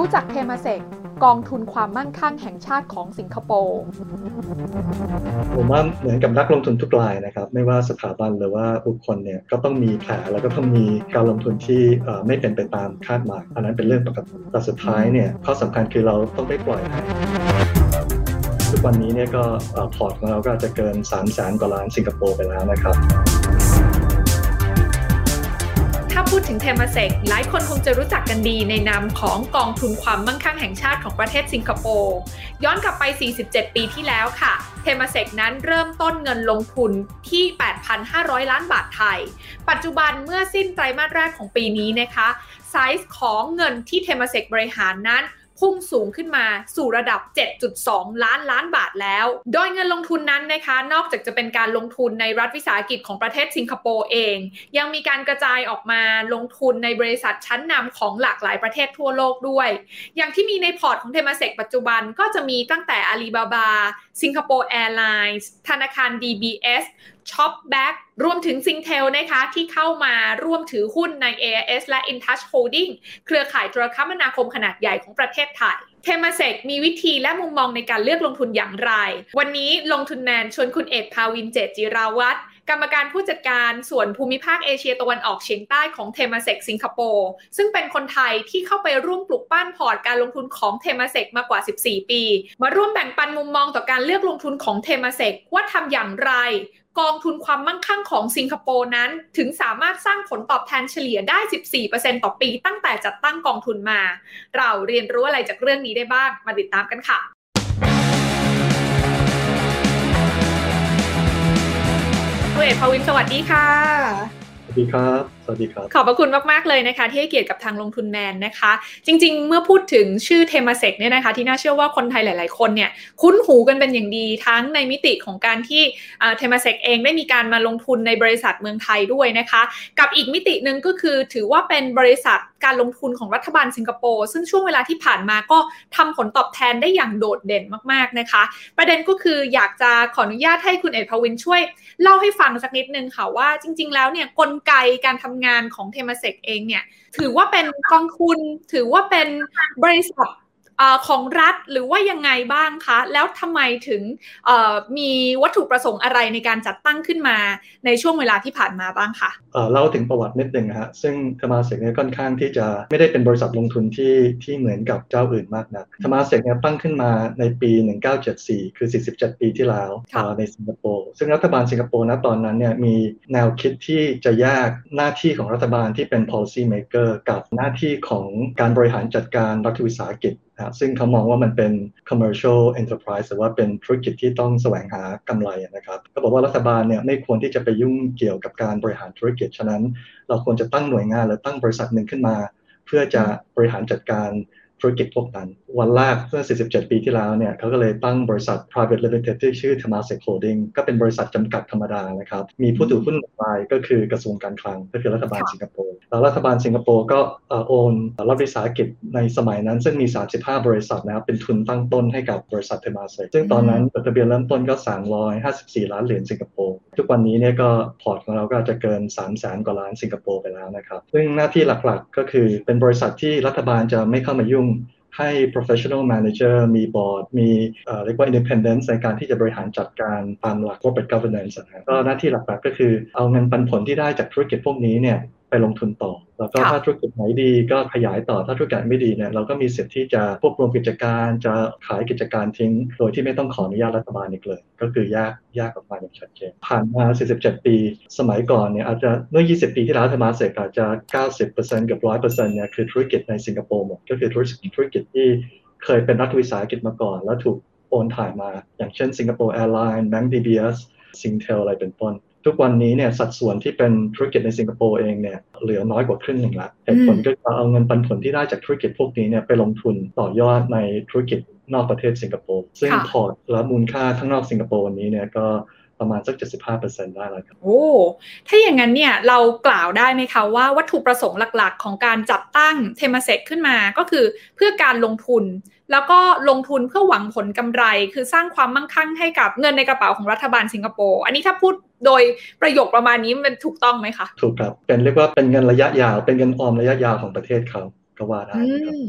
รู้จักเทมาเซกกองทุนความมั่งคั่งแห่งชาติของสิงคโปร์ผมว่าเหมือนกับนักลงทุนทุกรายนะครับไม่ว่าสถาบันหรือว่าบุคคลเนี่ยก็ต้องมีแผลแล้วก็ต้องมีการลงทุนที่ไม่เป็นไปตามคาดหมายอันนั้นเป็นเรื่องปกติแต่สุดท้ายเนี่ยข้อสำคัญคือเราต้องไม่ปล่อยให้ทุกวันนี้เนี่ยก็พอร์ตของเราก็อาจจะเกิน 300,000 กว่าล้านสิงคโปร์ไปแล้วนะครับถ้าพูดถึงเทมาเซกหลายคนคงจะรู้จักกันดีในนามของกองทุนความมั่งคั่งแห่งชาติของประเทศสิงคโปร์ย้อนกลับไป47ปีที่แล้วค่ะเทมาเซกนั้นเริ่มต้นเงินลงทุนที่ 8,500 ล้านบาทไทยปัจจุบันเมื่อสิ้นไตรมาสแรกของปีนี้นะคะไซส์ของเงินที่เทมาเซกบริหารนั้นพุ่งสูงขึ้นมาสู่ระดับ 7.2 ล้านบาทแล้วโดยเงินลงทุนนั้นนะคะนอกจากจะเป็นการลงทุนในรัฐวิสาหกิจของประเทศสิงคโปร์เองยังมีการกระจายออกมาลงทุนในบริษัทชั้นนำของหลากหลายประเทศทั่วโลกด้วยอย่างที่มีในพอร์ตของเทมาเซกปัจจุบันก็จะมีตั้งแต่ Alibaba สิงคโปร์แอร์ไลน์ธนาคาร DBS Shopback รวมถึง Singtel นะคะที่เข้ามาร่วมถือหุ้นใน AIS และ InTouch Holding เครือข่ายโทรคมนาคมขนาดใหญ่ของประเทศไทยเทมาเซกมีวิธีและมุมมองในการเลือกลงทุนอย่างไรวันนี้ลงทุนแมนชวนคุณเอกภาวินเจตจิราวัฒน์กรรมการผู้จัดการส่วนภูมิภาคเอเชียตะวันออกเฉียงใต้ของเทมาเซกสิงคโปร์ซึ่งเป็นคนไทยที่เข้าไปร่วมปลุกปั้นพอร์ตการลงทุนของเทมาเซกมากว่า14ปีมาร่วมแบ่งปันมุมมองต่อการเลือกลงทุนของเทมาเซกว่าทำอย่างไรกองทุนความมั่งคั่งของสิงคโปร์นั้นถึงสามารถสร้างผลตอบแทนเฉลี่ยได้ 14% ต่อปีตั้งแต่จัดตั้งกองทุนมาเราเรียนรู้อะไรจากเรื่องนี้ได้บ้างมาติดตามกันค่ะคุณเอกภาวินสวัสดีค่ะสวัสดีครับสวัสดีครับขอบพระคุณมากๆเลยนะคะที่ให้เกียรติกับทางลงทุนแมนนะคะจริงๆเมื่อพูดถึงชื่อเทมาเซกเนี่ยนะคะที่น่าเชื่อว่าคนไทยหลายๆคนเนี่ยคุ้นหูกันเป็นอย่างดีทั้งในมิติของการที่เทมาเซกเองได้มีการมาลงทุนในบริษัทเมืองไทยด้วยนะคะกับอีกมิตินึงก็คือถือว่าเป็นบริษัทการลงทุนของรัฐบาลสิงคโปร์ซึ่งช่วงเวลาที่ผ่านมาก็ทำผลตอบแทนได้อย่างโดดเด่นมากๆนะคะประเด็นก็คืออยากจะขออนุญาตให้คุณเอกภาวินช่วยเล่าให้ฟังสักนิดนึงค่ะว่าจริงๆแล้วเนี่ยกลไกการทำงานของเทมาเซกเองเนี่ยถือว่าเป็นกองทุนถือว่าเป็นบริษัทของรัฐหรือว่ายังไงบ้างคะแล้วทำไมถึงมีวัตถุประสงค์อะไรในการจัดตั้งขึ้นมาในช่วงเวลาที่ผ่านมาบ้างคะเล่าถึงประวัตินิดนึงนะฮะซึ่งเทมาเซกเนี่ยค่อนข้างที่จะไม่ได้เป็นบริษัทลงทุนที่เหมือนกับเจ้าอื่นมากนักเทมาเซกเนี่ยตั้งขึ้นมาในปี1974คือ47ปีที่แล้วในสิงคโปร์ซึ่งรัฐบาลสิงคโปร์ณตอนนั้นเนี่ยมีแนวคิดที่จะแยกหน้าที่ของรัฐบาลที่เป็น policy maker กับหน้าที่ของการบริหารจัดการรัฐวิสาหกิจซึ่งเขามองว่ามันเป็น commercial enterprise หรือว่าเป็นธุรกิจที่ต้องแสวงหากำไรนะครับก็บอกว่ารัฐบาลเนี่ยไม่ควรที่จะไปยุ่งเกี่ยวกับการบริหารธุรกิจฉะนั้นเราควรจะตั้งหน่วยงานหรือตั้งบริษัทหนึ่งขึ้นมาเพื่อจะบริหารจัดการธุรกิจพวกนั้นวันแรกเมื่อ47ปีที่แล้วเนี่ยเขาก็เลยตั้งบริษัท private limited ที่ชื่อ Temasek Holding ก็เป็นบริษัทจำกัดธรรมดานะครับมีผู้ถือหุ้นรายก็คือกระทรวงการคลังก็คือรัฐบาลสิงคโปร์แล้วรัฐบาลสิงคโปร์ก็โอนรัฐวิสาหกิจในสมัยนั้นซึ่งมี35บริษัทนะครับเป็นทุนตั้งต้นให้กับบริษัท Temasek ซึ่งตอนนั้นจดทะเบียนเริ่มต้นก็354ล้านเหรียญสิงคโปร์ทุกวันนี้เนี่ยก็พอร์ตของเราก็จะเกิน 300,000 กว่าล้านสิงคโปร์ไปแล้วนะครับซึ่งหน้าที่หลักๆก็คือเป็นบริษัทที่รัฐบาลจะไม่เข้ามายุ่งให้ professional manager มี board มีเรียกว่า independence ในการที่จะบริหารจัดการตามหลัก corporate governance นะก็หน้าที่หลักๆก็คือเอาเงินปันผลที่ได้จากธุรกิจพวกนี้เนี่ยไปลงทุนต่อแล้วก็ถ้าธุรกิจไหนดีก็ขยายต่อถ้าธุรกิจไม่ดีเนี่ยเราก็มีสิทธิ์ที่จะควบรวมกิจการจะขายกิจการทิ้งโดยที่ไม่ต้องขออนุญาตรัฐบาลอีกเลยก็คือแยกออกมาอย่างชัดเจนผ่านมา47ปีสมัยก่อนเนี่ยอาจจะเมื่อ20ปีที่แล้วTemasekอาจจะ 90% กับ 100% เนี่ยคือธุรกิจในสิงคโปร์หมดก็คือธุรกิจที่เคยเป็นรัฐวิสาหกิจมาก่อนแล้วถูกโอนถ่ายมาอย่างเช่นสิงคโปร์แอร์ไลน์ Bank DBS Singtel อะไรเป็นต้นทุกวันนี้เนี่ยสัดส่วนที่เป็นธุรกิจในสิงคโปร์เองเนี่ยเหลือน้อยกว่าครึ่งหนึ่งละเหตุผลก็เอาเงินปันผลที่ได้จากธุรกิจพวกนี้เนี่ยไปลงทุนต่อยอดในธุรกิจนอกประเทศสิงคโปร์ซึ่งพอร์ตและมูลค่าข้างนอกสิงคโปร์วันนี้เนี่ยก็ประมาณสัก 75% ได้แล้วครับโอ้ถ้าอย่างนั้นเนี่ยเรากล่าวได้ไหมคะว่าวัตถุประสงค์หลักๆของการจัดตั้งเทมาเซกขึ้นมาก็คือเพื่อการลงทุนแล้วก็ลงทุนเพื่อหวังผลกำไรคือสร้างความมั่งคั่งให้กับเงินในกระเป๋าของรัฐบาลสิงคโปร์อันนี้ถ้าพูดโดยประโยคประมาณนี้มันถูกต้องไหมคะถูกครับเป็นเรียกว่าเป็นเงินระยะยาวเป็นเงินออมระยะยาวของประเทศเขาก็ว่าได้ครับ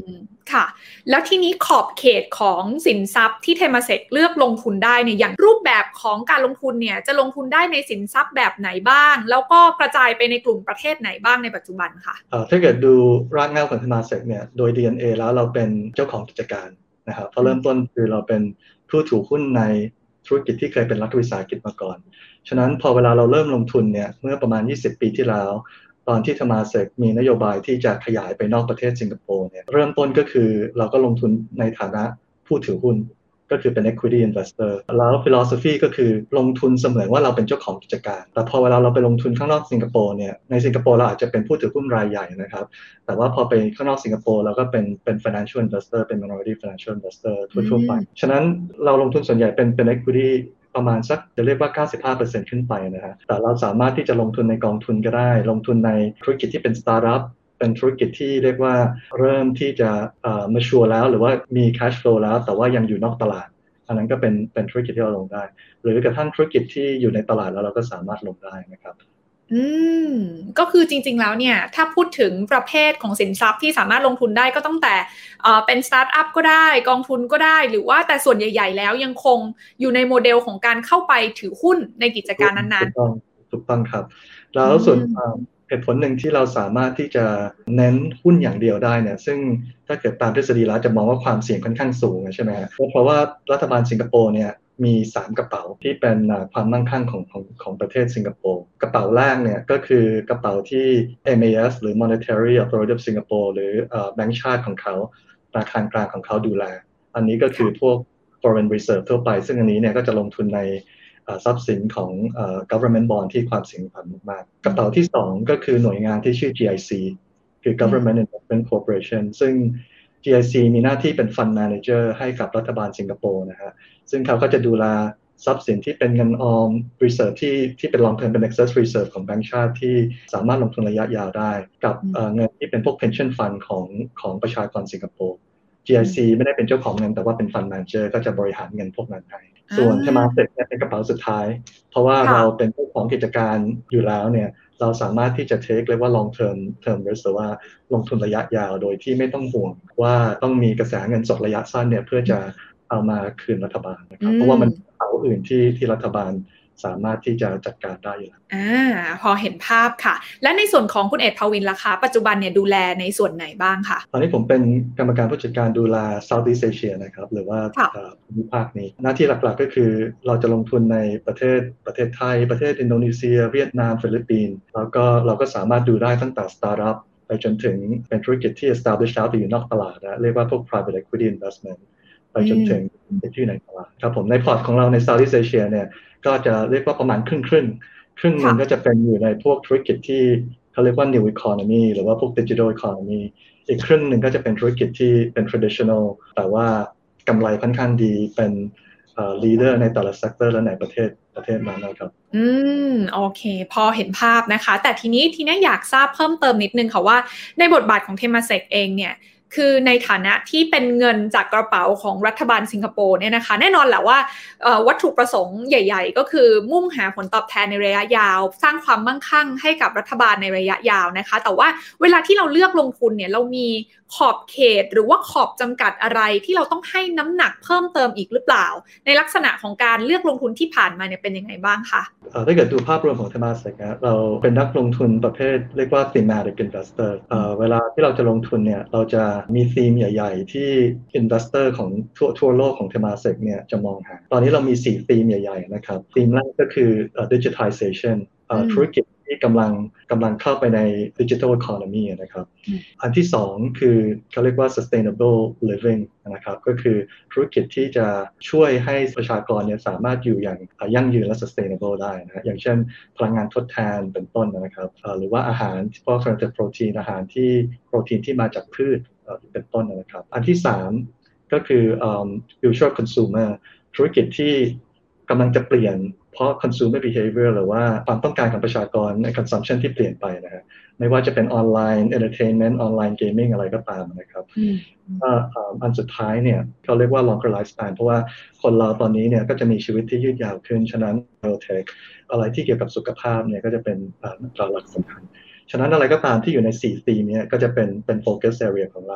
ค่ะแล้วทีนี้ขอบเขตของสินทรัพย์ที่เทมาเซกเลือกลงทุนได้เนี่ยอย่างรูปแบบของการลงทุนเนี่ยจะลงทุนได้ในสินทรัพย์แบบไหนบ้างแล้วก็กระจายไปในกลุ่มประเทศไหนบ้างในปัจจุบันค่ะถ้าเกิดดูรากเหง้าของเทมาเซกเนี่ยโดย DNA แล้วเราเป็นเจ้าของกิจการนะครับเพราะเริ่มต้นคือเราเป็นผู้ถือหุ้นในธุรกิจที่เคยเป็นรัฐวิสาหกิจมาก่อนฉะนั้นพอเวลาเราเริ่มลงทุนเนี่ยเมื่อประมาณ20ปีที่แล้วตอนที่เทมาเซกมีนโยบายที่จะขยายไปนอกประเทศสิงคโปร์เนี่ยเริ่มต้นก็คือเราก็ลงทุนในฐานะผู้ถือหุ้นก็คือเป็น equity investor แล้ว philosophy ก็คือลงทุนเสมือนว่าเราเป็นเจ้าของกิจการแต่พอเวลาเราไปลงทุนข้างนอกสิงคโปร์เนี่ยในสิงคโปร์เราอาจจะเป็นผู้ถือหุ้นรายใหญ่นะครับแต่ว่าพอไปข้างนอกสิงคโปร์เราก็เป็น financial investor เป็น minority financial investor ทั่วไปฉะนั้นเราลงทุนส่วนใหญ่เป็น equity ประมาณสักจะเรียกว่า 95% ขึ้นไปนะฮะแต่เราสามารถที่จะลงทุนในกองทุนก็ได้ลงทุนในธุรกิจที่เป็น startupเป็นธุรกิจที่เรียกว่าเริ่มที่จะmature แล้วหรือว่ามี cash flow แล้วแต่ว่ายังอยู่นอกตลาดอันนั้นก็เป็นธุรกิจที่เราลงได้หรือกระทั่งธุรกิจที่อยู่ในตลาดแล้วเราก็สามารถลงได้นะครับอืมก็คือจริงๆแล้วเนี่ยถ้าพูดถึงประเภทของสินทรัพย์ที่สามารถลงทุนได้ก็ตั้งแต่เป็นสตาร์ทอัพก็ได้กองทุนก็ได้หรือว่าแต่ส่วนใหญ่ๆแล้วยังคงอยู่ในโมเดลของการเข้าไปถือหุ้นในกิจการนั้นๆถูกต้องครับแล้วส่วนเหตุผลหนึ่งที่เราสามารถที่จะเน้นหุ้นอย่างเดียวได้เนี่ยซึ่งถ้าเกิดตามทฤษฎีแล้วจะมองว่าความเสี่ยงค่อนข้างสูงใช่ไหมครับเพราะว่ารัฐบาลสิงคโปร์เนี่ยมี3กระเป๋าที่เป็นความมั่งคั่งของประเทศสิงคโปร์กระเป๋าแรกเนี่ยก็คือกระเป๋าที่ MAS หรือ Monetary Authority of Singapore หรือแบงก์ชาติของเขาธนาคารกลางของเขาดูแลอันนี้ก็คือพวก foreign reserve ทั่วไปซึ่งอันนี้เนี่ยก็จะลงทุนในทรัพย์สินของgovernment bond ที่ความเสี่ยงต่ำมากๆกระเป๋าที่2ก็คือหน่วยงานที่ชื่อ GIC คือ Government Investment Corporation ซึ่ง GIC มีหน้าที่เป็น Fund Manager ให้กับรัฐบาลสิงคโปร์นะฮะซึ่งเขาก็จะดูแลทรัพย์สินที่เป็นเงินออม reserve ที่เป็น long term เป็น excess reserve ของแบงก์ชาติที่สามารถลงทุนระยะยาวได้กับเงินที่เป็นพวก pension fund ของประชากรสิงคโปร์ GIC ไม่ได้เป็นเจ้าของเงินแต่ว่าเป็น Fund Manager ก็จะบริหารเงินพวกนั้นให้ส่วนธนาคารเป็นกระเป๋าสุดท้ายเพราะว่าเราเป็นเจ้าของกิจการอยู่แล้วเนี่ยเราสามารถที่จะ take เรียกว่า long term risk หรือว่าลงทุนระยะยาวโดยที่ไม่ต้องห่วงว่าต้องมีกระแสเงินสดระยะสั้นเนี่ยเพื่อจะเอามาคืนรัฐบาลนะครับเพราะว่ามันเอาอื่นที่รัฐบาลสามารถที่จะจัดการได้อยู่แล้วพอเห็นภาพค่ะและในส่วนของคุณเอกภวินล่ะคะปัจจุบันเนี่ยดูแลในส่วนไหนบ้างคะตอนนี้ผมเป็นกรรมการผู้จัดการดูแล Southeast Asia นะครับหรือว่าภูมิภาคนี้หน้าที่หลักๆก็คือเราจะลงทุนในประเทศไทยประเทศอินโดนีเซียเวียดนามฟิลิปปินส์แล้วก็เราก็สามารถดูได้ตั้งแต่ Startup ไปจนถึงเป็นธุรกิจที่ establish แล้วแต่อยู่นอกตลาดนะเรียกว่าพวก private equity investment ไปจนถึงที่ในตลาดครับผมในพอร์ตของเราใน Southeast Asia เนี่ยก็จะเรียกว่าประมาณครึ่งนึงก็จะเป็นอยู่ในพวกธุรกิจที่เขาเรียกว่า new economy หรือว่าพวก digital economy อีกครึ่งนึงก็จะเป็นธุรกิจที่เป็น traditional แต่ว่ากำไรค่อนข้างดีเป็นleader ในแต่ละ sector และในประเทศนั้นนะครับโอเคพอเห็นภาพนะคะแต่ทีนี้อยากทราบเพิ่มเติมนิดนึงค่ะว่าในบทบาทของเทมาเซกเองเนี่ยคือในฐานะที่เป็นเงินจากกระเป๋าของรัฐบาลสิงคโปร์เนี่ยนะคะแน่นอนแหละว่าวัตถุประสงค์ใหญ่ๆก็คือมุ่งหาผลตอบแทนในระยะยาวสร้างความมั่งคั่งให้กับรัฐบาลในระยะยาวนะคะแต่ว่าเวลาที่เราเลือกลงทุนเนี่ยเรามีขอบเขตหรือว่าขอบจำกัดอะไรที่เราต้องให้น้ำหนักเพิ่มเติมอีกหรือเปล่าในลักษณะของการเลือกลงทุนที่ผ่านมาเนี่ยเป็นยังไงบ้างคะถ้าเกิดดูภาพรวมของ Temasek นะเราเป็นนักลงทุนประเภทเรียกว่า thematic investor เวลาที่เราจะลงทุนเนี่ยเราจะมีธีมใหญ่ๆที่ investor ของทั่วโลกของ Temasek เนี่ยจะมองหาตอนนี้เรามี4ธีมใหญ่ๆนะครับธีมแรกก็คือ digitization ธุรกิจที่กำลังเข้าไปใน digital economy นะครับอันที่2คือเขาเรียกว่า sustainable living นะครับก็คือธุรกิจที่จะช่วยให้ประชากรเนี่ยสามารถอยู่อย่างยั่งยืนและ sustainable ได้นะอย่างเช่นพลังงานทดแทนเป็นต้นนะครับหรือว่าอาหารพวก alternative protein อาหารที่โปรตีนที่มาจากพืชเป็นต้นนะครับอันที่3ก็คือfuture consumer ธุรกิจที่กำลังจะเปลี่ยนเพราะ consumer behavior หรือว่าความต้องการของประชากรใน consumption ที่เปลี่ยนไปนะฮะไม่ว่าจะเป็นออนไลน์ entertainment ออนไลน์ gaming อะไรก็ตามนะครับอันสุดท้ายเนี่ยเขาเรียกว่า longer lifespan เพราะว่าคนเราตอนนี้เนี่ยก็จะมีชีวิตที่ยืดยาวขึ้นฉะนั้น biotech อะไรที่เกี่ยวกับสุขภาพเนี่ยก็จะเป็นหลักสำคัญฉะนั้นอะไรก็ตามที่อยู่ใน4ธีมนี้ก็จะเป็น focus area ของเรา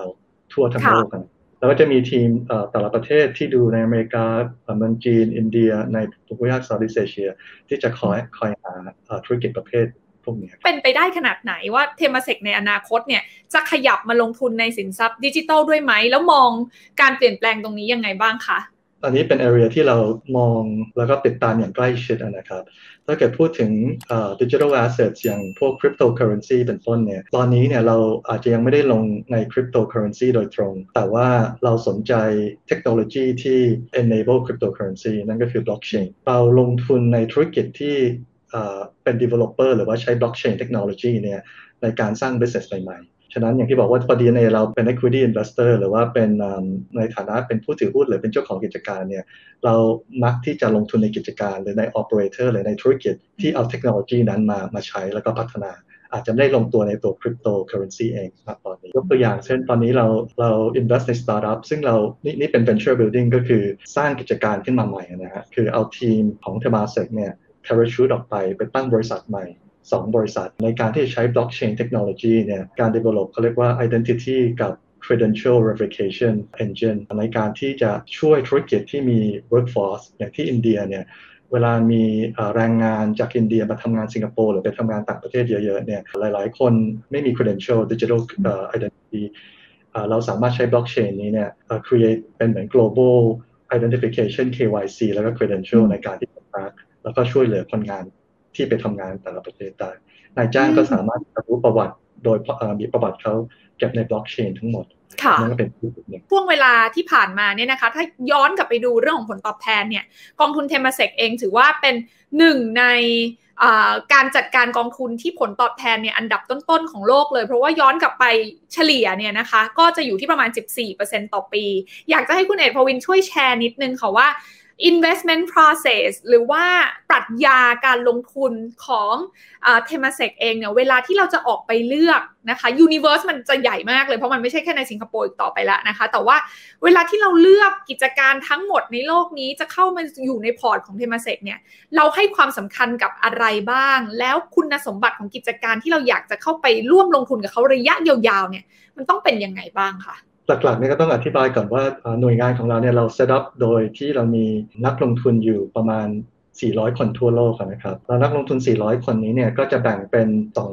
ทั่วทั้งโลกกันแล้วก็จะมีทีมแต่ละประเทศที่ดูในอเมริกาเมืองจีนอินเดียในภูมิภาคเซาท์อีสต์เอเชียที่จะคอยหาธุรกิจประเภทพวกนี้เป็นไปได้ขนาดไหนว่าเทมาเซกในอนาคตเนี่ยจะขยับมาลงทุนในสินทรัพย์ดิจิทัลด้วยไหมแล้วมองการเปลี่ยนแปลงตรงนี้ยังไงบ้างคะอันนี้เป็น area ที่เรามองแล้วก็ติดตามอย่างใกล้ชิดนะครับถ้าเกิดพูดถึงdigital assets อย่างพวก cryptocurrency เป็นต้นเนี่ยตอนนี้เนี่ยเราอาจจะยังไม่ได้ลงใน cryptocurrency โดยตรงแต่ว่าเราสนใจเทคโนโลยีที่ enable cryptocurrency นั่นก็คือ blockchain เราลงทุนในธุรกิจที่เป็น developer หรือว่าใช้ blockchain technology เนี่ยในการสร้าง business ใหม่ๆฉะนั้นอย่างที่บอกว่าพอ DNA เราเป็น equity investor หรือว่าเป็นในฐานะเป็นผู้ถือหุ้นหรือเป็นเจ้าของกิจการเนี่ยเรามักที่จะลงทุนในกิจการหรือใน operator หรือในธุรกิจที่เอาเทคโนโลยีนั้นมาใช้แล้วก็พัฒนาอาจจะไม่ได้ลงตัวในตัว cryptocurrency เองนะตอนนี้ยกตัวอย่างเช่นตอนนี้เรา invest ใน startup ซึ่งเรานี่เป็น venture building ก็คือสร้างกิจการขึ้นมาใหม่นะฮะคือเอาทีมของ Temasek เนี่ย parachute ออกไปตั้งบริษัทใหม่2 บริษัทในการที่จะใช้ blockchain technology เนี่ยการ develop เขาเรียกว่า identity กับ credential verification engine ในการที่จะช่วยธุรกิจที่มี workforce อย่างที่อินเดียเนี่ยเวลามีแรงงานจากอินเดียมาทำงานสิงคโปร์หรือไปทำงานต่างประเทศเยอะๆเนี่ยหลายๆคนไม่มี credential digital identity เราสามารถใช้ blockchain นี้เนี่ยcreate เป็นเหมือน global identification KYC แล้วก็ credential ในการที่จะ track แล้วก็ช่วยเหลือคนงานที่ไปทำงานแต่ละประเทศได้นายจ้างก็สามารถรู้ประวัติโดยมีประวัติเขาเก็บในบล็อกเชนทั้งหมดนั่นก็เป็นช่วงเวลาที่ผ่านมาเนี่ยนะคะถ้าย้อนกลับไปดูเรื่องของผลตอบแทนเนี่ยกองทุนเทมาเซกเองถือว่าเป็นหนึ่งในการจัดการกองทุนที่ผลตอบแทนเนี่ยอันดับต้นๆของโลกเลยเพราะว่าย้อนกลับไปเฉลี่ยเนี่ยนะคะก็จะอยู่ที่ประมาณ 14% ต่อปีอยากจะให้คุณเอกพวินช่วยแชร์นิดนึงค่ะว่าinvestment process หรือว่าปรัชญาการลงทุนของTemasek เองเนี่ยเวลาที่เราจะออกไปเลือกนะคะ universe มันจะใหญ่มากเลยเพราะมันไม่ใช่แค่ในสิงคโปร์อีกต่อไปแล้วนะคะแต่ว่าเวลาที่เราเลือกกิจการทั้งหมดในโลกนี้จะเข้ามาอยู่ในพอร์ตของ Temasek เนี่ยเราให้ความสำคัญกับอะไรบ้างแล้วคุณสมบัติของกิจการที่เราอยากจะเข้าไปร่วมลงทุนกับเขาระยะยาวๆเนี่ยมันต้องเป็นยังไงบ้างคะหลักๆเนี่ยก็ต้องอธิบายก่อนว่าหน่วยงานของเราเนี่ยเราเซตอัพโดยที่เรามีนักลงทุนอยู่ประมาณ400 คนทั่วโลกนะครับแล้วนักลงทุน400 คนนี้เนี่ยก็จะแบ่งเป็น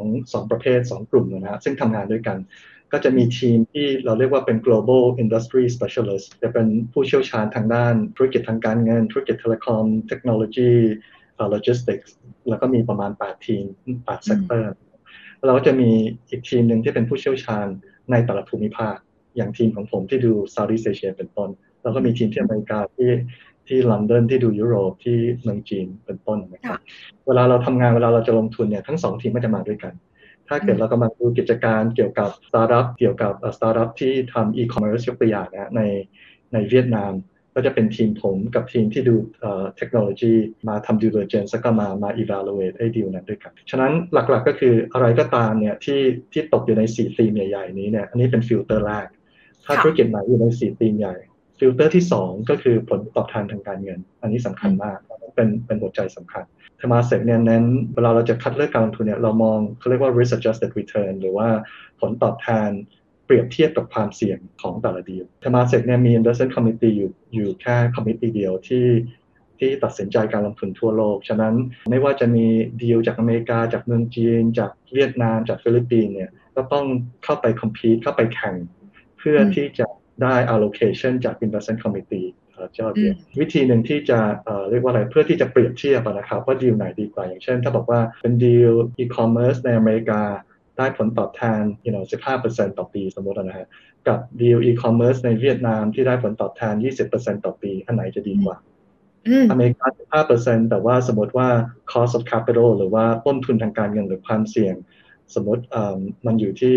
2ประเภท2 กลุ่มนะฮะซึ่งทำงานด้วยกันก็จะมีทีมที่เราเรียกว่าเป็น global industry specialist จะเป็นผู้เชี่ยวชาญทางด้านธุรกิจทางการเงินธุรกิจเทเลคอมเทคโนโลยีlogistics แล้วก็มีประมาณ8 ทีม8 sector แล้วก็จะมีอีกทีมหนึ่งที่เป็นผู้เชี่ยวชาญในแต่ละภูมิภาคอย่างทีมของผมที่ดู Southeast Asia เป็นต้นแล้วก็มีทีมที่อเมริกาที่ลอนดอนที่ดูยุโรปที่เมืองจีนเป็นต้นนะครับเวลาเราทำงานเวลาเราจะลงทุนเนี่ยทั้ง2 ทีมก็จะมาด้วยกันถ้าเกิดเรากำลังดูกิจการเกี่ยวกับสตาร์ทอัพเกี่ยวกับสตาร์ทอัพที่ทำอีคอมเมิร์ซยกตัวอย่างนะในเวียดนามก็จะเป็นทีมผมกับทีมที่ดูเทคโนโลยีมาทำ due diligence แล้วก็มา evaluate ไอ้ดีลนั้นด้วยกันฉะนั้นหลักๆก็คืออะไรก็ตามเนี่ยที่ตกอยู่ใน4 ธีมใหญ่ๆนี้เนี่ยอันนี้เป็นฟิลเตอร์แรกถ้าธุรกิจไหนอยู่ใน4 ธีมใหญ่ฟิลเตอร์ที่2ก็คือผลตอบแทนทางการเงินอันนี้สำคัญมากเป็นหัวใจสำคัญTemasekเนี่ยเน้นเวลาเราจะคัดเลือกการลงทุนเนี่ยเรามองเขาเรียกว่า risk adjusted return หรือว่าผลตอบแทนเปรียบเทียบกับความเสี่ยงของแต่ละดีลTemasekเนี่ยมี investment committee อยู่แค่ committee เดียวที่ตัดสินใจการลงทุนทั่วโลกฉะนั้นไม่ว่าจะมีดีลจากอเมริกาจากเมืองจีนจากเวียดนามจากฟิลิปปินส์เนี่ยก็ต้องเข้าไป compete เข้าไปแข่งเพื่อที่จะได้ allocation จาก investment committee เจ้าเดียววิธีหนึ่งที่จะเรียกว่าอะไรเพื่อที่จะเปรียบเทียบนะครับว่าดีลไหนดีกว่าอย่างเช่นถ้าบอกว่าเป็นดีล e-commerce ในอเมริกาได้ผลตอบแทน 15% ต่อปีสมมตินะฮะกับดีล e-commerce ในเวียดนามที่ได้ผลตอบแทน 20% ต่อปีอันไหนจะดีกว่าอเมริกา 15% แต่ว่าสมมติว่า cost of capital หรือว่าต้นทุนทางการเงินหรือความเสี่ยงสมมติมันอยู่ที่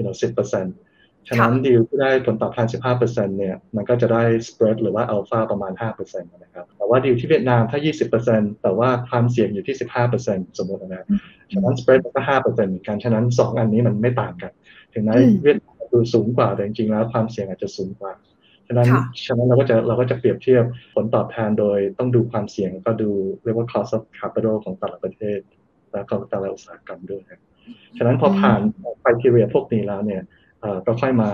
10%ฉะนั้นดีลที่ได้ผลตอบแทน 15% เนี่ยมันก็จะได้ spread หรือว่า alpha ประมาณ 5% นะครับแต่ว่าดีลที่เวียดนามถ้า 20% แต่ว่าความเสี่ยงอยู่ที่ 15% สมมตินะฉะนั้น spread ก็ 5% เหมือนกันฉะนั้น2อันนี้มันไม่ต่างกันถึงแม้เวียดนามดูสูงกว่าแต่จริงๆแล้วความเสี่ยงอาจจะสูงกว่าฉะนั้นเราก็จะเปรียบเทียบผลตอบแทนโดยต้องดูความเสี่ยงก็ดูเรียกว่า cost of capital ของแต่ละประเทศและของแต่ละอุตสาหกรรมด้วยฉะนั้นพอผ่าน criteria พวกนี้แล้วเนี่ยก็ค่อยมา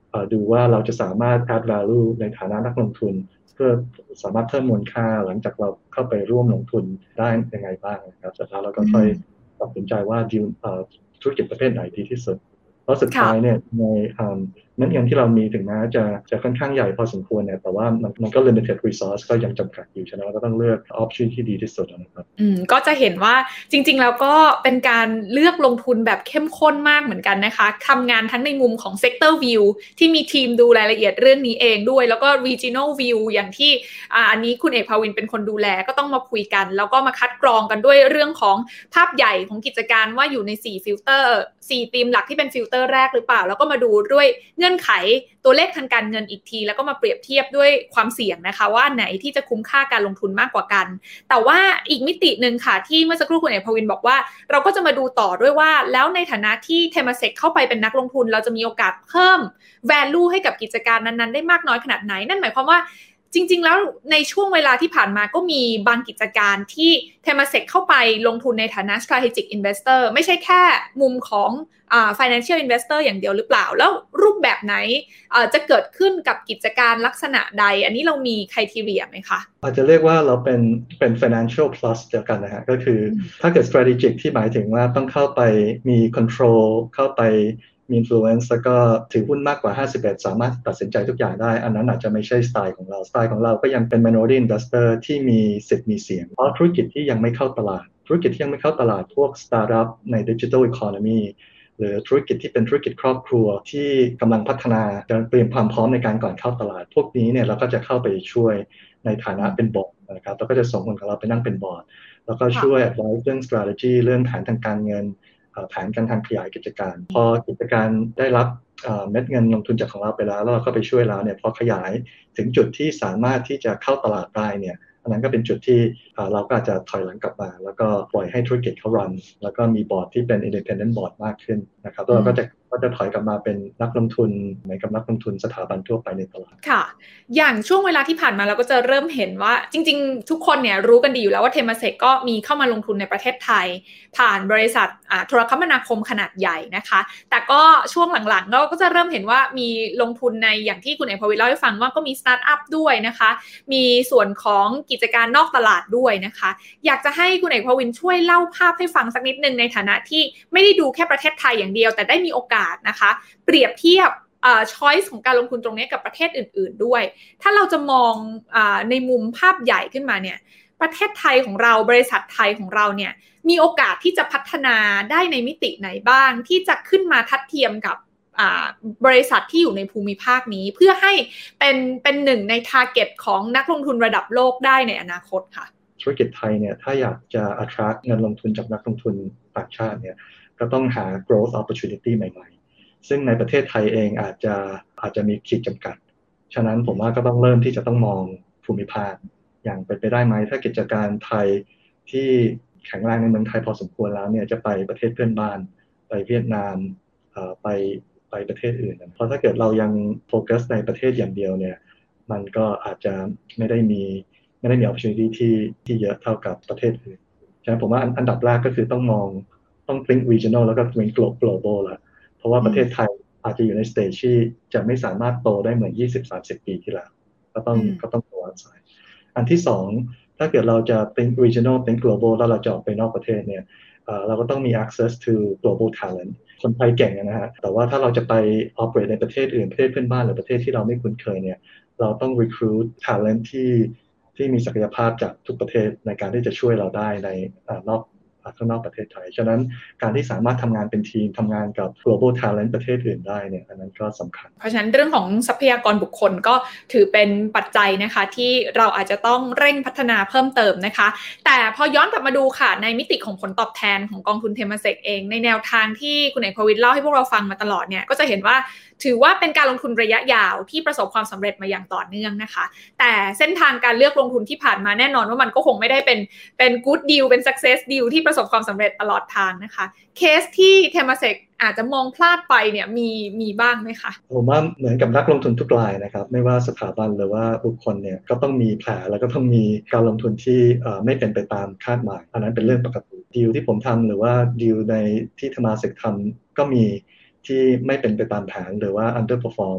ดูว่าเราจะสามารถ add value ในฐานะนักลงทุนเพื่อสามารถเพิ่มมูลค่าหลังจากเราเข้าไปร่วมลงทุนได้ยังไงบ้างนะครับจากนั้นเราก็ค่อยตัดสินใจว่าดีลธุรกิจประเภทไหนดีที่สุดเพราะสุดท้ายเนี่ยในเม็ดเงินที่เรามีถึงแม้จะค่อนข้างใหญ่พอสมควรเนี่ยแต่ว่ามันก็ limited resource ก็ยังจำกัดอยู่ฉะนั้นเราก็ต้องเลือก option ที่ดีที่สุดนะครับก็จะเห็นว่าจริงๆแล้วก็เป็นการเลือกลงทุนแบบเข้มข้นมากเหมือนกันนะคะทำงานทั้งในมุมของ sector view ที่มีทีมดูรายละเอียดเรื่องนี้เองด้วยแล้วก็ regional view อย่างที่อันนี้คุณเอกภวินเป็นคนดูแลก็ต้องมาคุยกันแล้วก็มาคัดกรองกันด้วยเรื่องของภาพใหญ่ของกิจการว่าอยู่ใน4ฟิลเตอร์4ธีมหลักที่เป็นฟิลเตอร์แรกหรือเปล่าแล้วก็มาดูด้วยเงื่อนไขตัวเลขทางการเงินอีกทีแล้วก็มาเปรียบเทียบด้วยความเสี่ยงนะคะว่าไหนที่จะคุ้มค่าการลงทุนมากกว่ากันแต่ว่าอีกมิตินึงค่ะที่เมื่อสักครู่คุณเอกภวินบอกว่าเราก็จะมาดูต่อด้วยว่าแล้วในฐานะที่ Temasek เข้าไปเป็นนักลงทุนเราจะมีโอกาสเพิ่ม value ให้กับกิจการนั้นๆได้มากน้อยขนาดไหนนั่นหมายความว่าจริงๆแล้วในช่วงเวลาที่ผ่านมาก็มีบางกิจการที่ Temasek เข้าไปลงทุนในฐานะ strategic investor ไม่ใช่แค่มุมของfinancial investor อย่างเดียวหรือเปล่าแล้วรูปแบบไหนจะเกิดขึ้นกับกิจการลักษณะใดอันนี้เรามี criteria ไหมคะอาจจะเรียกว่าเราเป็น financial plus เดียวกันนะฮะก็คือถ้าเกิด strategic ที่หมายถึงว่าต้องเข้าไปมี control เข้าไปมี influence แล้วก็ถือหุ้นมากกว่า51สามารถตัดสินใจทุกอย่างได้อันนั้นอาจจะไม่ใช่สไตล์ของเราก็ยังเป็น minority investor ที่มีสิทธิ์มีเสียงเพราะธุรกิจที่ยังไม่เข้าตลาดพวก startup ใน digital economy หรือธุรกิจที่เป็นธุรกิจครอบครัวที่กำลังพัฒนาการเตรียมความพร้อมในการก่อนเข้าตลาดพวกนี้เนี่ยเราก็จะเข้าไปช่วยในฐานะเป็นบอร์ดนะครับเราก็จะส่งคนของเราไปนั่งเป็นบอร์ดแล้วก็ช่วย advice เรื่อง strategy เรื่องแผนทางการเงินแผนการทางขยายกิจการพอกิจการได้รับเม็ดเงินลงทุนจากของเราไปแล้วเราก็ไปช่วยแล้วเนี่ยพอขยายถึงจุดที่สามารถที่จะเข้าตลาดได้เนี่ยอันนั้นก็เป็นจุดที่เราก็อาจจะถอยหลังกลับมาแล้วก็ปล่อยให้ธุรกิจเขารันแล้วก็มีบอร์ดที่เป็น independent board มากขึ้นนะครับแล้วเราก็จะถอยกลับมาเป็นนักลงทุนเหมือนกับนักลงทุนสถาบันทั่วไปในตลาดค่ะอย่างช่วงเวลาที่ผ่านมาเราก็จะเริ่มเห็นว่าจริงๆทุกคนเนี่ยรู้กันดีอยู่แล้วว่า Temasek ก็มีเข้ามาลงทุนในประเทศไทยผ่านบริษัทโทรคมนาคมขนาดใหญ่นะคะแต่ก็ช่วงหลังๆเราก็จะเริ่มเห็นว่ามีลงทุนในอย่างที่คุณเอกภวินเล่าให้ฟังว่าก็มีสตาร์ทอัพด้วยนะคะมีส่วนของกิจการนอกตลาดด้วยนะคะอยากจะให้คุณเอกภวินช่วยเล่าภาพให้ฟังสักนิดนึงในฐานะที่ไม่ได้ดูแค่ประเทศไทยอย่างเดียวแต่ได้มีโอกาสนะคะเปรียบเทียบchoice ของการลงทุนตรงนี้กับประเทศอื่นๆด้วยถ้าเราจะมองในมุมภาพใหญ่ขึ้นมาเนี่ยประเทศไทยของเราบริษัทไทยของเราเนี่ยมีโอกาสที่จะพัฒนาได้ในมิติไหนบ้างที่จะขึ้นมาทัดเทียมกับบริษัทที่อยู่ในภูมิภาคนี้เพื่อให้เป็นหนึ่งใน target ของนักลงทุนระดับโลกได้ในอนาคตค่ะธุรกิจไทยเนี่ยถ้าอยากจะ attract เงินลงทุนจากนักลงทุนต่างชาติเนี่ยก็ต้องหา growth opportunity ใหม่ๆซึ่งในประเทศไทยเองอาจจะมีขีดจำกัดฉะนั้นผมว่าก็ต้องเริ่มที่จะต้องมองภูมิภาคอย่างเป็นไปได้ไหมถ้ากิจการไทยที่แข็งแรงในเมืองไทยพอสมควรแล้วเนี่ยจะไปประเทศเพื่อนบ้านไปเวียดนามไปประเทศอื่นเพราะถ้าเกิดเรายังโฟกัสในประเทศอย่างเดียวเนี่ยมันก็อาจจะไม่ได้มี opportunity ที่เยอะเท่ากับประเทศอื่นฉะนั้นผมว่าอันดับแรกก็คือต้อง think regional แล้วก็ think global ละเพราะว่าประเทศไทยอาจจะอยู่ในสเตจที่จะไม่สามารถโตได้เหมือน 20-30 ปีที่แล้วก็ต้องโตอันสายอันที่สองถ้าเกิดเราจะ think regional think global แล้วเราจะออกไปนอกประเทศเนี่ยเราก็ต้องมี access to global talent คนไทยเก่งนะฮะแต่ว่าถ้าเราจะไป operate ในประเทศอื่นประเทศเพื่อนบ้านหรือประเทศที่เราไม่คุ้นเคยเนี่ยเราต้อง recruit talent ที่มีศักยภาพจากทุกประเทศในการที่จะช่วยเราได้ในข้างนอกประเทศไทยฉะนั้นการที่สามารถทำงานเป็นทีมทำงานกับ global talent ประเทศอื่นได้เนี่ยอันนั้นก็สำคัญเพราะฉะนั้นเรื่องของทรัพยากรบุคคลก็ถือเป็นปัจจัยนะคะที่เราอาจจะต้องเร่งพัฒนาเพิ่มเติมนะคะแต่พอย้อนกลับมาดูค่ะในมิติของผลตอบแทนของกองทุน Temasek เองในแนวทางที่คุณเอกภวินเล่าให้พวกเราฟังมาตลอดเนี่ยก็จะเห็นว่าถือว่าเป็นการลงทุนระยะยาวที่ประสบความสำเร็จมาอย่างต่อเนื่องนะคะแต่เส้นทางการเลือกลงทุนที่ผ่านมาแน่นอนว่ามันก็คงไม่ได้เป็น good deal เป็น success deal ที่ประสบความสำเร็จตลอดทางนะคะเคสที่ Temasek อาจจะมองพลาดไปเนี่ยมีบ้างไหมคะผมว่าเหมือนกับนักลงทุนทุกรายนะครับไม่ว่าสถาบันหรือว่าบุคคลเนี่ยก็ต้องมีแผลแล้วก็ต้องมีการลงทุนที่ไม่เป็นไปตามคาดหมายอันนั้นเป็นเรื่องปกติดีลที่ผมทำหรือว่าดีลที่ Temasek ทำก็มีที่ไม่เป็นไปตามแผนหรือว่า underperform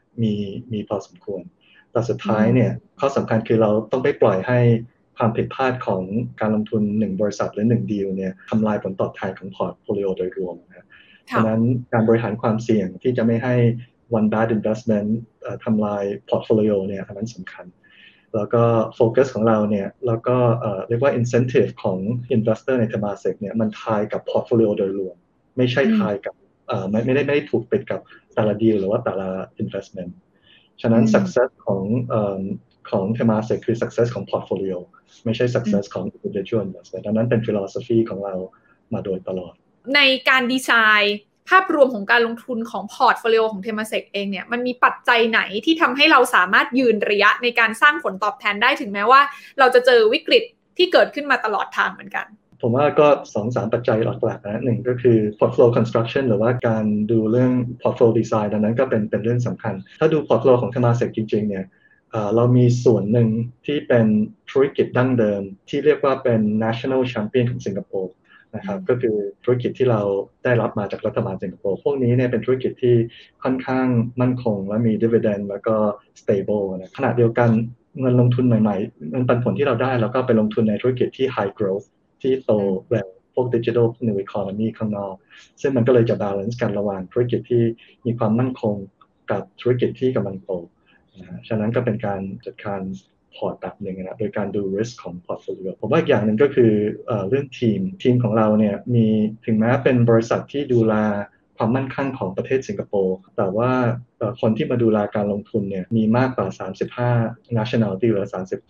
มีพอสมควรแต่สุดท้ายเนี่ยข้อสำคัญคือเราต้องไม่ปล่อยให้ความผิดพลาดของการลงทุน1บริษัทหรือ1ดีลเนี่ยทำลายผลตอบแทนของพอร์ตโฟลิโอโดยรวมนะครับฉะนั้นการบริหารความเสี่ยงที่จะไม่ให้ one bad investment ทำลายพอร์ตโฟลิโอเนี่ยอันนั้นสำคัญแล้วก็โฟกัสของเราเนี่ยแล้วก็เรียกว่า incentive ของ investor ใน Temasek เนี่ยมันทายกับพอร์ตโฟลิโอโดยรวมไม่ใช่ทายกับไม่ได้ถูกปิดกับแต่ละดีลหรือว่าแต่ละ investment ฉะนั้น success ของ Temasek คือ success ของ portfolio ไม่ใช่ success ของ individual investment ดังนั้นเป็น philosophy ของเรามาโดยตลอดในการดีไซน์ภาพรวมของการลงทุนของพอร์ตโฟลิโอของ Temasek เองเนี่ยมันมีปัจจัยไหนที่ทำให้เราสามารถยืนระยะในการสร้างผลตอบแทนได้ถึงแม้ว่าเราจะเจอวิกฤตที่เกิดขึ้นมาตลอดทางเหมือนกันผมว่าก็ 2-3 ปัจจัยหลักๆนะหนึ่งก็คือ portfolio construction หรือว่าการดูเรื่อง portfolio design ดังนั้นก็เป็นเรื่องสำคัญถ้าดู portfolio ของ Temasek จริงๆเนี่ยเรามีส่วนหนึ่งที่เป็นธุรกิจดั้งเดิมที่เรียกว่าเป็น national champion ของสิงคโปร์นะครับก็คือธุรกิจที่เราได้รับมาจากรัฐบาลสิงคโปร์พวกนี้เนี่ยเป็นธุรกิจที่ค่อนข้างมั่นคงและมี dividend แล้วก็ stable นะขณะเดียวกันเงินลงทุนใหม่ๆเงินปันผลที่เราได้แล้วก็ไปลงทุนในธุรกิจที่ high growth ที่โตแบบพวก digital new economy ข้างนอกซึ่งมันก็เลยจะ balance กันระหว่างธุรกิจที่มีความมั่นคงกับธุรกิจที่กำลังโตฉะนั้นก็เป็นการจัดการพอร์ตแบบหนึ่งนะโดยการดู risk ของ portfolio ผมว่าอีกอย่างหนึ่งก็คือเรื่องทีมของเราเนี่ยมีถึงแม้เป็นบริษัทที่ดูแลความมั่นคงของประเทศสิงคโปร์แต่ว่าคนที่มาดูแลการลงทุนเนี่ยมีมากกว่า35 nationality หรือ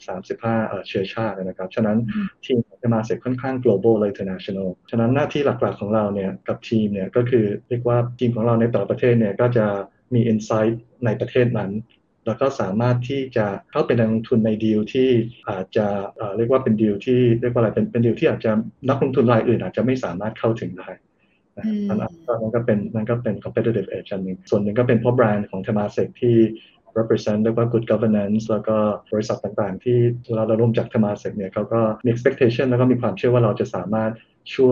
35เชื้อชาตินะครับฉะนั้นทีมของ Temasek ค่อนข้าง global และ international ฉะนั้นหน้าที่หลักๆของเราเนี่ยกับทีมเนี่ยก็คือเรียกว่าทีมของเราในแต่ละประเทศเนี่ยก็จะมี insight ในประเทศนั้นแล้วก็สามารถที่จะเข้าไปลงทุนในดีลที่อาจจะเรียกว่าเป็นดีลที่เรียกว่าอะไรเป็นดีลที่อาจจะนักลงทุนรายอื่นอาจจะไม่สามารถเข้าถึงได้นั่นก็เป็น competitive edge อันหนึ่งส่วนหนึ่งก็เป็นเพราะแบรนด์ของ Temasek ที่ represent เรียกว่า good governance แล้วก็บริษัทต่างๆที่เราร่วมจาก Temasek เนี่ยเขาก็มี expectation แล้วก็มีความเชื่อว่าเราจะสามารถช่วย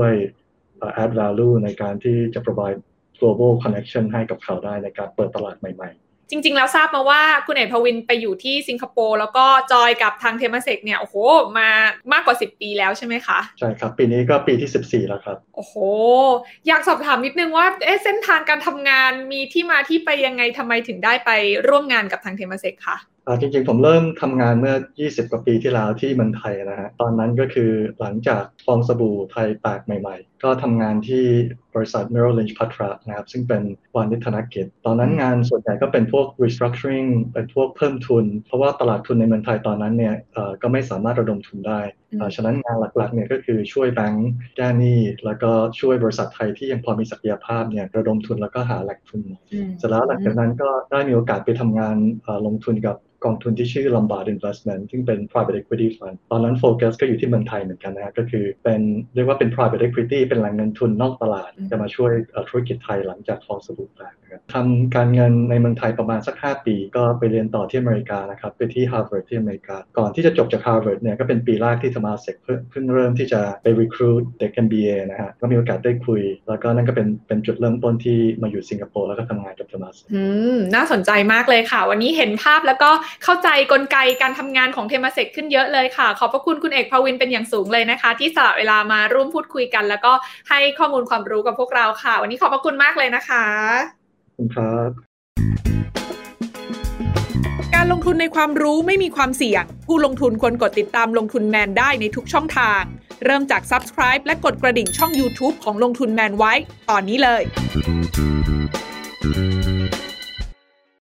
add value ในการที่จะ provide global connection ให้กับเขาได้ในการเปิดตลาดใหม่ๆจริงๆแล้วทราบมาว่าคุณเอกภวินไปอยู่ที่สิงคโปร์แล้วก็จอยกับทาง Temasek เนี่ยโอ้โหมามากกว่า10ปีแล้วใช่ไหมคะใช่ครับปีนี้ก็ปีที่14แล้วครับโอ้โหอยากสอบถามนิดนึงว่าเส้นทางการทำงานมีที่มาที่ไปยังไงทำไมถึงได้ไปร่วมงานกับทาง Temasek คะจริงๆผมเริ่มทำงานเมื่อ20กว่าปีที่แล้วที่เมืองไทยนะฮะตอนนั้นก็คือหลังจากฟองสบู่ไทยแตกใหม่ๆก็ทำงานที่บริษัท Merrill Lynch Patra นะครับซึ่งเป็นวานิชธนกิจตอนนั้นงานส่วนใหญ่ก็เป็นพวก restructuring เป็นพวกเพิ่มทุนเพราะว่าตลาดทุนในเมืองไทยตอนนั้นเนี่ยก็ไม่สามารถระดมทุนได้ฉะนั้นงานหลักๆเนี่ยก็คือช่วยแบงก์แก้หนี้แล้วก็ช่วยบริษัทไทยที่ยังพอมีศักยภาพเนี่ยระดมทุนแล้วก็หาแหล่งทุนเสร็จแล้วหลังจากนั้นก็ได้มีโอกาสไปทำงานลงทุนกับกองทุนที่ชื่อ Lombard Investment ซึ่งเป็น private equity fund ตอนนั้นโฟกัสก็อยู่ที่เมืองไทยเหมือนกันนะก็คือเป็นเรียกว่าเป็น private equity เป็นแหล่งเงินทุนนอกตลาดจะมาช่วยธุรกิจไทยหลังจากฟองสบู่แตกนะครับทำการเงินในเมืองไทยประมาณสัก5ปีก็ไปเรียนต่อที่อเมริกานะครับไปที่ Harvard ที่อเมริกาก่อนที่จะจบจาก Harvard เนี่ยก็เป็นปีแรกที่ Temasek เพิ่งเริ่มที่จะไป recruit เด็ก MBA นะฮะก็มีโอกาสได้คุยแล้วก็นั่นก็เป็นจุดเริ่มต้นที่มาอยู่สิงคโปร์แล้วก็ทำงานกับ Temasek น่าสนใจมากเลยค่ะวันนี้เห็นภาพแล้วก็เข้าใจกลไกการทำงานของ Temasek ขึ้นเยอะเลยค่ะขอบพระคุณคุณเอกภวินเป็นอย่างสูงเลยนะคะที่สละเวลามาร่วมพูดคุยกันแล้วก็ให้ข้อมูลความรู้กับพวกเราค่ะวันนี้ขอบพระคุณมากเลยนะคะขอบคุณครับการลงทุนในความรู้ไม่มีความเสี่ยงผู้ลงทุนควรกดติดตามลงทุนแมนได้ในทุกช่องทางเริ่มจาก Subscribe และกดกระดิ่งช่อง YouTube ของลงทุนแมนไว้ตอนนี้เลย